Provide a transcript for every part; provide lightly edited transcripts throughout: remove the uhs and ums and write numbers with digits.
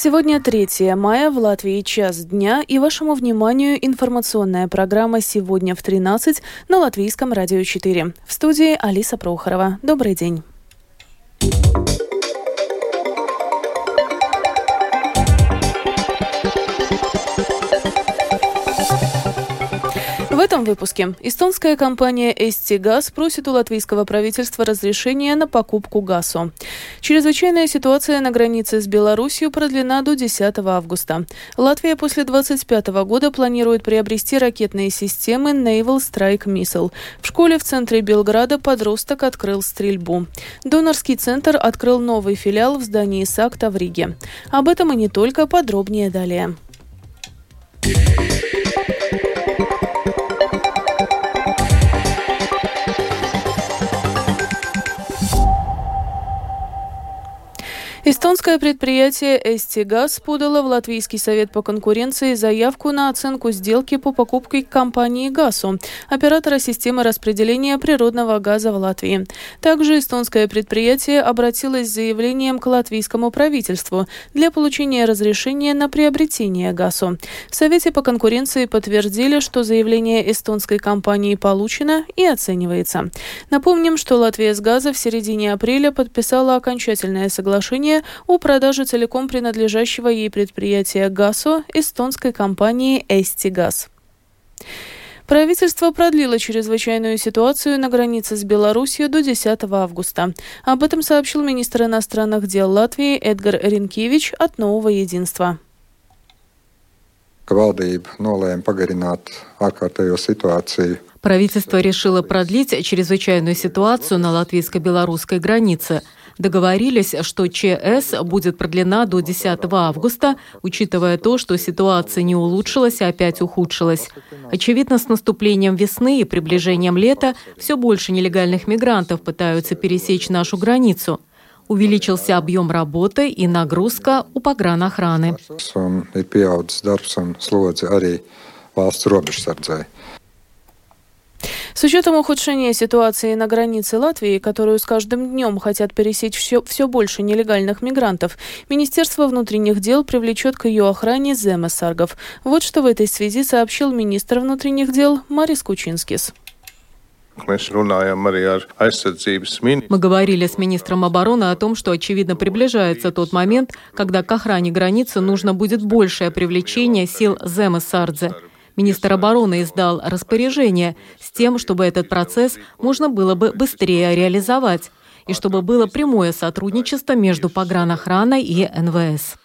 Сегодня 3 мая, в Латвии час дня, и вашему вниманию информационная программа «Сегодня в 13» на Латвийском радио 4. В студии Алиса Прохорова. Добрый день. В этом выпуске эстонская компания Eesti Gas просит у латвийского правительства разрешения на покупку газа. Чрезвычайная ситуация на границе с Беларусью продлена до 10 августа. Латвия после 2025 года планирует приобрести ракетные системы Naval Strike Missile. В школе в центре Белграда подросток открыл стрельбу. Донорский центр открыл новый филиал в здании САКТа в Риге. Об этом и не только, подробнее далее. Эстонское предприятие Eesti Gas подало в Латвийский совет по конкуренции заявку на оценку сделки по покупке компании «Газу», оператора системы распределения природного газа в Латвии. Также эстонское предприятие обратилось с заявлением к латвийскому правительству для получения разрешения на приобретение «Газу». В совете по конкуренции подтвердили, что заявление эстонской компании получено и оценивается. Напомним, что Латвия с «Газа» в середине апреля подписала окончательное соглашение о продаже целиком принадлежащего ей предприятия «Газо» эстонской компании Eesti Gas. Правительство продлило чрезвычайную ситуацию на границе с Беларусью до 10 августа. Об этом сообщил министр иностранных дел Латвии Эдгар Ринкевич от «Нового единства». Правительство решило продлить чрезвычайную ситуацию на латвийско-белорусской границе. Договорились, что ЧС будет продлена до 10 августа, учитывая то, что ситуация не улучшилась, а опять ухудшилась. Очевидно, с наступлением весны и приближением лета все больше нелегальных мигрантов пытаются пересечь нашу границу. Увеличился объем работы и нагрузка у погранохраны. С учетом ухудшения ситуации на границе Латвии, которую с каждым днем хотят пересечь все больше нелегальных мигрантов, Министерство внутренних дел привлечет к ее охране земесаргов. Вот что в этой связи сообщил министр внутренних дел Марис Кучинскис. Мы говорили с министром обороны о том, что, очевидно, приближается тот момент, когда к охране границы нужно будет большее привлечение сил земесардзе. Министр обороны издал распоряжение с тем, чтобы этот процесс можно было бы быстрее реализовать и чтобы было прямое сотрудничество между погранохраной и НВС.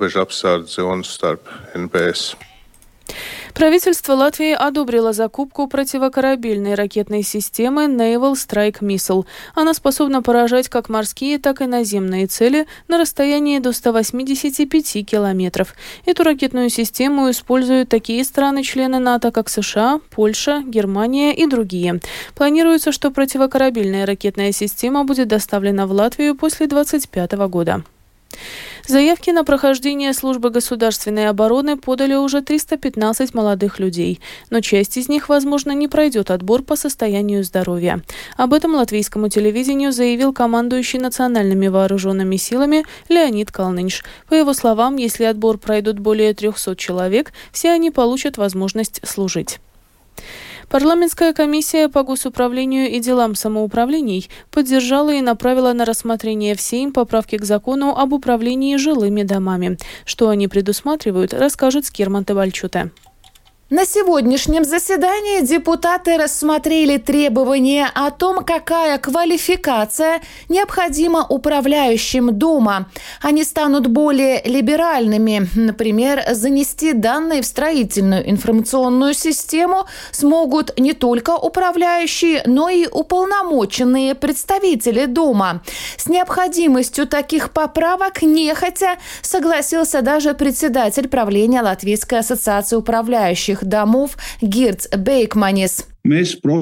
Правительство Латвии одобрило закупку противокорабельной ракетной системы Naval Strike Missile. Она способна поражать как морские, так и наземные цели на расстоянии до 185 километров. Эту ракетную систему используют такие страны-члены НАТО, как США, Польша, Германия и другие. Планируется, что противокорабельная ракетная система будет доставлена в Латвию после 2025 года. Заявки на прохождение службы государственной обороны подали уже 315 молодых людей, но часть из них, возможно, не пройдет отбор по состоянию здоровья. Об этом латвийскому телевидению заявил командующий национальными вооруженными силами Леонид Калнинш. По его словам, если отбор пройдут более 300 человек, все они получат возможность служить. Парламентская комиссия по госуправлению и делам самоуправлений поддержала и направила на рассмотрение в Сейм поправки к закону об управлении жилыми домами. Что они предусматривают, расскажет Скирман Тебальчуте. На сегодняшнем заседании депутаты рассмотрели требования о том, какая квалификация необходима управляющим дома. Они станут более либеральными. Например, занести данные в строительную информационную систему смогут не только управляющие, но и уполномоченные представители дома. С необходимостью таких поправок нехотя согласился даже председатель правления Латвийской ассоциации управляющих домов Гирдс Бейкманис. Мы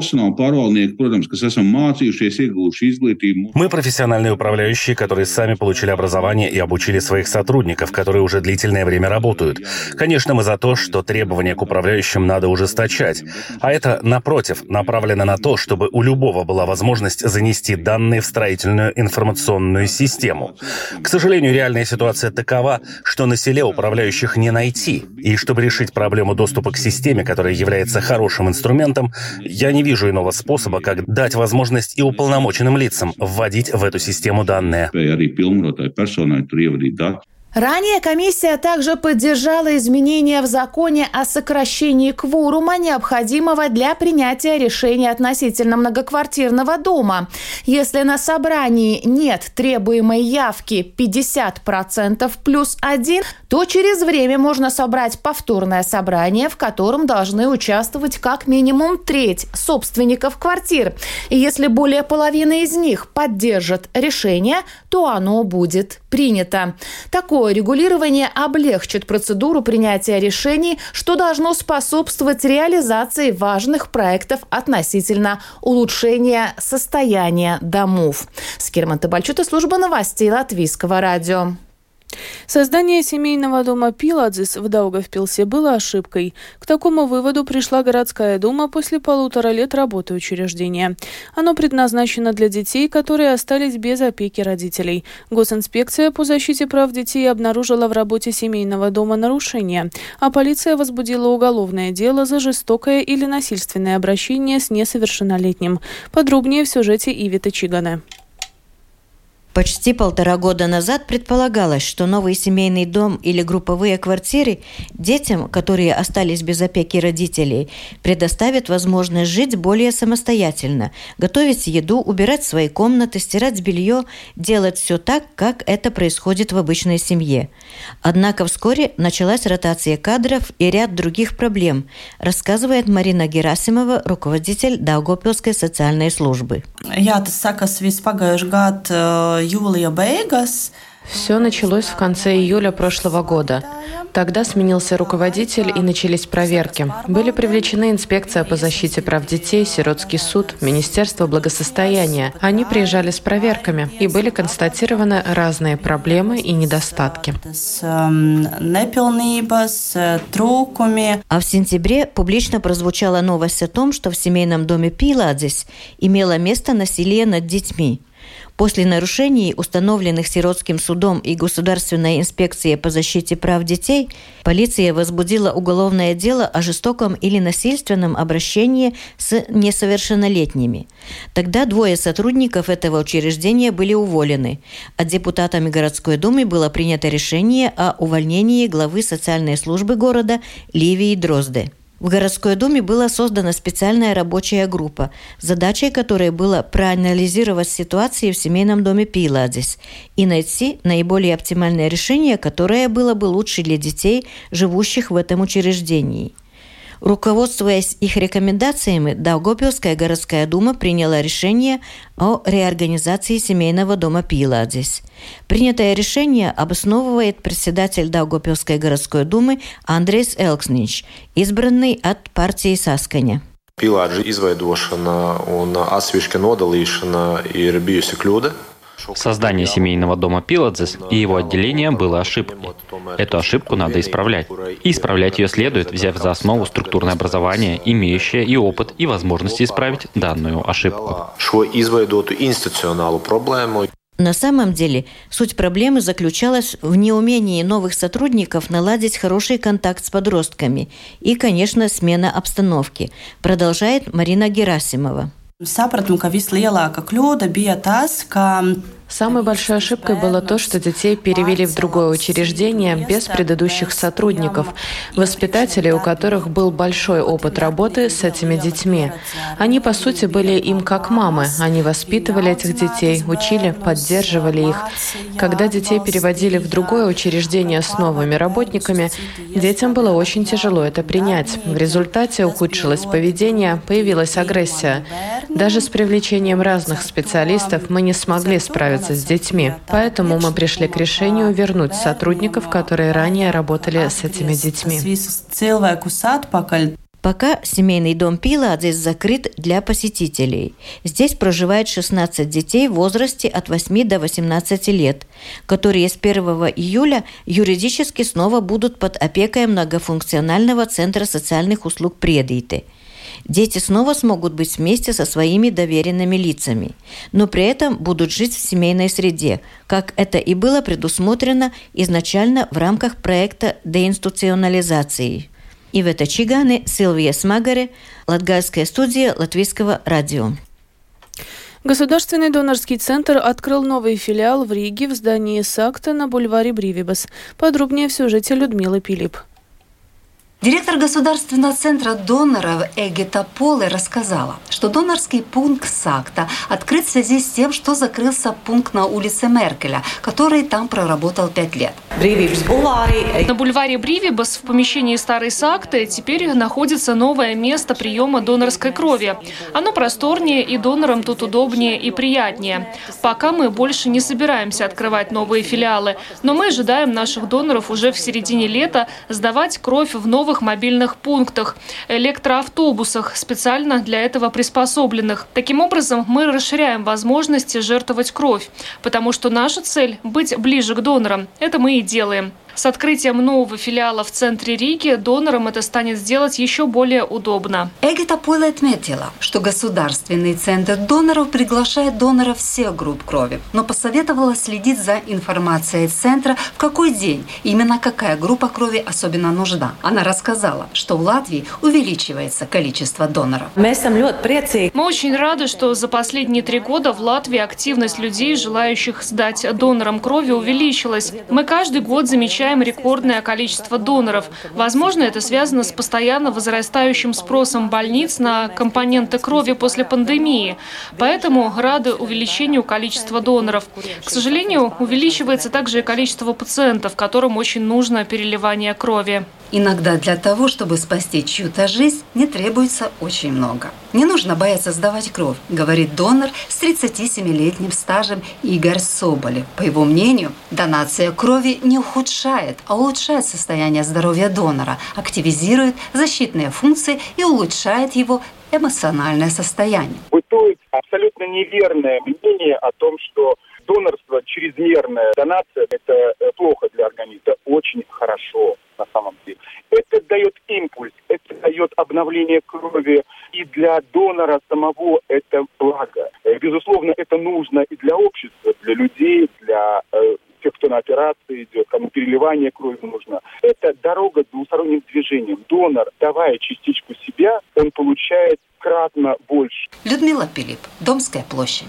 профессиональные управляющие, которые сами получили образование и обучили своих сотрудников, которые уже длительное время работают. Конечно, мы за то, что требования к управляющим надо ужесточать. А это, напротив, направлено на то, чтобы у любого была возможность занести данные в строительную информационную систему. К сожалению, реальная ситуация такова, что на селе управляющих не найти. И чтобы решить проблему доступа к системе, которая является хорошим инструментом, я не вижу иного способа, как дать возможность и уполномоченным лицам вводить в эту систему данные. Ранее комиссия также поддержала изменения в законе о сокращении кворума, необходимого для принятия решения относительно многоквартирного дома. Если на собрании нет требуемой явки 50% плюс 1, то через время можно собрать повторное собрание, в котором должны участвовать как минимум треть собственников квартир. И если более половины из них поддержат решение, то оно будет принято. Такое регулирование облегчит процедуру принятия решений, что должно способствовать реализации важных проектов относительно улучшения состояния домов. Скирман Табальчута, служба новостей Латвийского радио. Создание семейного дома Пиладзис в Даугавпилсе было ошибкой. К такому выводу пришла городская дума после 1,5 лет работы учреждения. Оно предназначено для детей, которые остались без опеки родителей. Госинспекция по защите прав детей обнаружила в работе семейного дома нарушения, а полиция возбудила уголовное дело за жестокое или насильственное обращение с несовершеннолетним. Подробнее в сюжете Ивиты Чигане. Почти 1,5 года назад предполагалось, что новый семейный дом или групповые квартиры детям, которые остались без опеки родителей, предоставят возможность жить более самостоятельно, готовить еду, убирать свои комнаты, стирать белье, делать все так, как это происходит в обычной семье. Однако вскоре началась ротация кадров и ряд других проблем, рассказывает Марина Герасимова, руководитель Даугавпилской социальной службы. Все началось в конце июля прошлого года. Тогда сменился руководитель и начались проверки. Были привлечены инспекция по защите прав детей, сиротский суд, Министерство благосостояния. Они приезжали с проверками, и были констатированы разные проблемы и недостатки. А в сентябре публично прозвучала новость о том, что в семейном доме Пиладзис имело место насилие над детьми. После нарушений, установленных сиротским судом и Государственной инспекцией по защите прав детей, полиция возбудила уголовное дело о жестоком или насильственном обращении с несовершеннолетними. Тогда 2 сотрудников этого учреждения были уволены, а депутатами городской думы было принято решение о увольнении главы социальной службы города Ливии Дрозде. В городской думе была создана специальная рабочая группа, задачей которой было проанализировать ситуацию в семейном доме Пиладзис и найти наиболее оптимальное решение, которое было бы лучше для детей, живущих в этом учреждении. Руководствуясь их рекомендациями, Даугавпилская городская дума приняла решение о реорганизации семейного дома Пиладзис. Принятое решение обосновывает председатель Даугавпилской городской думы Андрейс Элкснич, избранный от партии Saskaņa. Pīlādžu izveidošana un atsevišķa nodalīšana ir bijusi kļūda. Создание семейного дома Пиладзис и его отделение было ошибкой. Эту ошибку надо исправлять. И исправлять ее следует, взяв за основу структурное образование, имеющее и опыт, и возможности исправить данную ошибку. На самом деле, суть проблемы заключалась в неумении новых сотрудников наладить хороший контакт с подростками и, конечно, смена обстановки, продолжает Марина Герасимова. Самой большой ошибкой было то, что детей перевели в другое учреждение без предыдущих сотрудников, воспитателей, у которых был большой опыт работы с этими детьми. Они, по сути, были им как мамы. Они воспитывали этих детей, учили, поддерживали их. Когда детей переводили в другое учреждение с новыми работниками, детям было очень тяжело это принять. В результате ухудшилось поведение, появилась агрессия. Даже с привлечением разных специалистов мы не смогли справиться с детьми. Поэтому мы пришли к решению вернуть сотрудников, которые ранее работали с этими детьми. Пока семейный дом Пиладзис закрыт для посетителей. Здесь проживает 16 детей в возрасте от 8 до 18 лет, которые с 1 июля юридически снова будут под опекой многофункционального центра социальных услуг Приедīte. Дети снова смогут быть вместе со своими доверенными лицами, но при этом будут жить в семейной среде, как это и было предусмотрено изначально в рамках проекта деинституционализации. Ивета Чигане, Силвия Смагаре, Латгальская студия Латвийского радио. Государственный донорский центр открыл новый филиал в Риге в здании САКТа на бульваре Бривибас. Подробнее в сюжете Людмилы Пилип. Директор Государственного центра доноров Эгита Поле рассказала, что донорский пункт САКТа открыт в связи с тем, что закрылся пункт на улице Меркеля, который там проработал 5 лет. На бульваре Бривибас в помещении старой САКТы теперь находится новое место приема донорской крови. Оно просторнее, и донорам тут удобнее и приятнее. Пока мы больше не собираемся открывать новые филиалы, но мы ожидаем наших доноров уже в середине лета сдавать кровь в новых мобильных пунктах, электроавтобусах, специально для этого приспособленных. Таким образом, мы расширяем возможности жертвовать кровь, потому что наша цель – быть ближе к донорам. Это мы и делаем. С открытием нового филиала в центре Риги донорам это станет сделать еще более удобно. Эгита Поле отметила, что Государственный центр доноров приглашает доноров всех групп крови, но посоветовала следить за информацией центра, в какой день именно какая группа крови особенно нужна. Она рассказала, что в Латвии увеличивается количество доноров. Мы очень рады, что за последние 3 года в Латвии активность людей, желающих сдать донорам крови, увеличилась. Мы каждый год замечаем рекордное количество доноров. Возможно, это связано с постоянно возрастающим спросом больниц на компоненты крови после пандемии. Поэтому рады увеличению количества доноров. К сожалению, увеличивается также и количество пациентов, которым очень нужно переливание крови. Иногда для того, чтобы спасти чью-то жизнь, не требуется очень много. Не нужно бояться сдавать кровь, говорит донор с 37-летним стажем Игорь Соболев. По его мнению, донация крови не ухудшает, а улучшает состояние здоровья донора, активизирует защитные функции и улучшает его эмоциональное состояние. Бытует абсолютно неверное мнение о том, что донорство, чрезмерная донация – это плохо для организма. Это очень хорошо на самом деле. Это дает импульс, это дает обновление крови. И для донора самого это благо. Безусловно, это нужно и для общества, для людей, для тех, кто на операции идет, кому переливание крови нужно. Это дорога двусторонним движением. Донор, давая частичку себя, он получает кратно больше. Людмила Пилип, Домская площадь.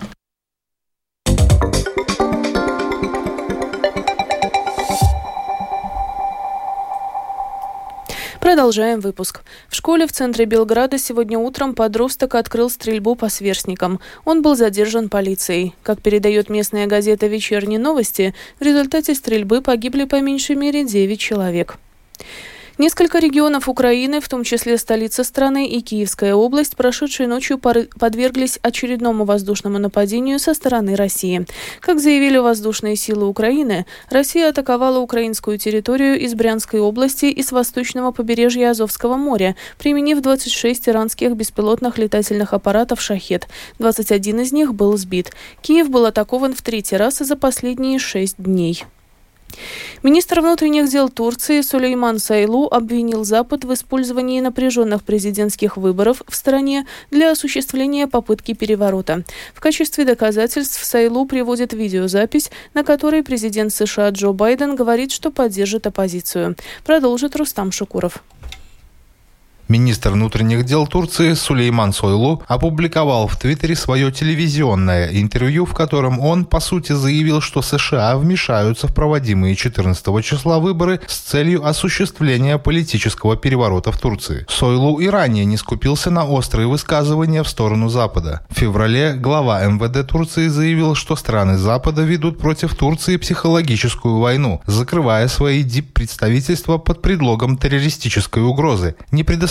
Продолжаем выпуск. В школе в центре Белграда сегодня утром подросток открыл стрельбу по сверстникам. Он был задержан полицией. Как передает местная газета «Вечерние новости», в результате стрельбы погибли по меньшей мере 9 человек. Несколько регионов Украины, в том числе столица страны и Киевская область, прошедшей ночью подверглись очередному воздушному нападению со стороны России. Как заявили воздушные силы Украины, Россия атаковала украинскую территорию из Брянской области и с восточного побережья Азовского моря, применив 26 иранских беспилотных летательных аппаратов «Шахед». 21 из них был сбит. Киев был атакован в 3-й раз за последние 6 дней. Министр внутренних дел Турции Сулейман Сойлу обвинил Запад в использовании напряженных президентских выборов в стране для осуществления попытки переворота. В качестве доказательств Сойлу приводит видеозапись, на которой президент США Джо Байден говорит, что поддержит оппозицию. Продолжит Рустам Шукуров. Министр внутренних дел Турции Сулейман Сойлу опубликовал в Твиттере свое телевизионное интервью, в котором он, по сути, заявил, что США вмешаются в проводимые 14 числа выборы с целью осуществления политического переворота в Турции. Сойлу и ранее не скупился на острые высказывания в сторону Запада. В феврале глава МВД Турции заявил, что страны Запада ведут против Турции психологическую войну, закрывая свои диппредставительства под предлогом террористической угрозы, не предоставляя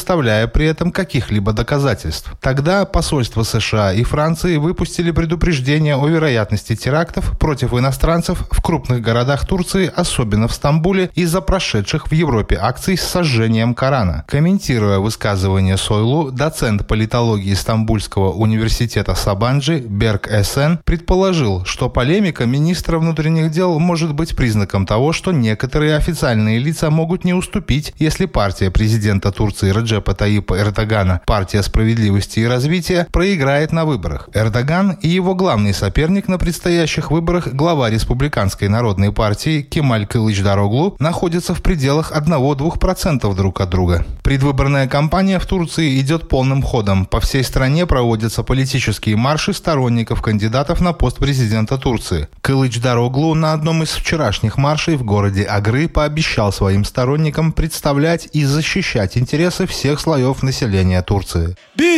предоставляя при этом каких-либо доказательств. Тогда посольства США и Франции выпустили предупреждение о вероятности терактов против иностранцев в крупных городах Турции, особенно в Стамбуле, из-за прошедших в Европе акций с сожжением Корана. Комментируя высказывание Сойлу, доцент политологии Стамбульского университета Сабанджи Берк Эсен предположил, что полемика министра внутренних дел может быть признаком того, что некоторые официальные лица могут не уступить, если партия президента Турции Реджепа Таyyипа Эрдогана, партия справедливости и развития, проиграет на выборах. Эрдоган и его главный соперник на предстоящих выборах, глава республиканской народной партии Кемаль Кылычдароглу, находятся в пределах 1-2% друг от друга. Предвыборная кампания в Турции идет полным ходом. По всей стране проводятся политические марши сторонников кандидатов на пост президента Турции. Кылычдароглу на одном из вчерашних маршей в городе Агры пообещал своим сторонникам представлять и защищать интересы всех слоев населения Турции.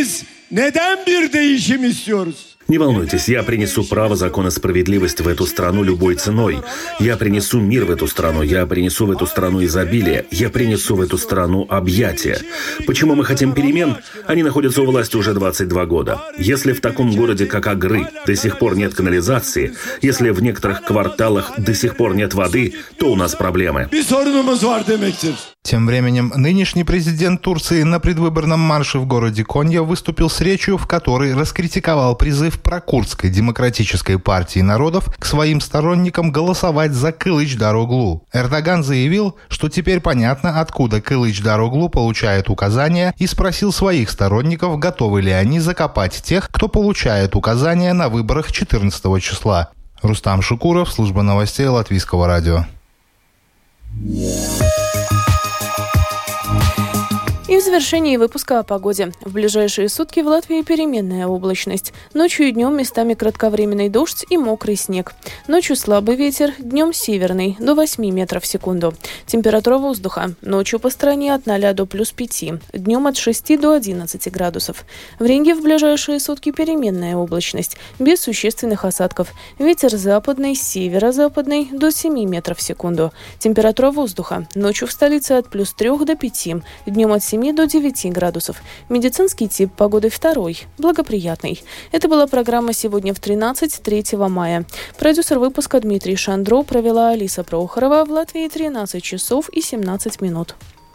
Не волнуйтесь, я принесу право, закон и справедливость в эту страну любой ценой. Я принесу мир в эту страну, я принесу в эту страну изобилие, я принесу в эту страну объятия. Почему мы хотим перемен? Они находятся у власти уже 22 года. Если в таком городе, как Агры, до сих пор нет канализации, если в некоторых кварталах до сих пор нет воды, то у нас проблемы. Тем временем нынешний президент Турции на предвыборном марше в городе Конья выступил с речью, в которой раскритиковал призыв прокурдской демократической партии народов к своим сторонникам голосовать за Кылычдароглу. Эрдоган заявил, что теперь понятно, откуда Кылычдароглу получает указания, и спросил своих сторонников, готовы ли они закопать тех, кто получает указания на выборах 14 числа. Рустам Шукуров, служба новостей Латвийского радио. И в завершении выпуска о погоде. В ближайшие сутки в Латвии переменная облачность. Ночью и днем местами кратковременный дождь и мокрый снег. Ночью слабый ветер, днем северный, до 8 метров в секунду. Температура воздуха. Ночью по стране от 0 до плюс 5, днем от 6 до 11 градусов. В Риге в ближайшие сутки переменная облачность, без существенных осадков. Ветер западный, северо-западный, до 7 метров в секунду. Температура воздуха. Ночью в столице от плюс 3 до 5, днем от 7 до 9 градусов. Медицинский тип погоды 2, благоприятный. Это была программа «Сегодня в 13, 3 мая». Продюсер выпуска Дмитрий Шандро, провела Алиса Прохорова. В Латвии 13 часов и 17 минут.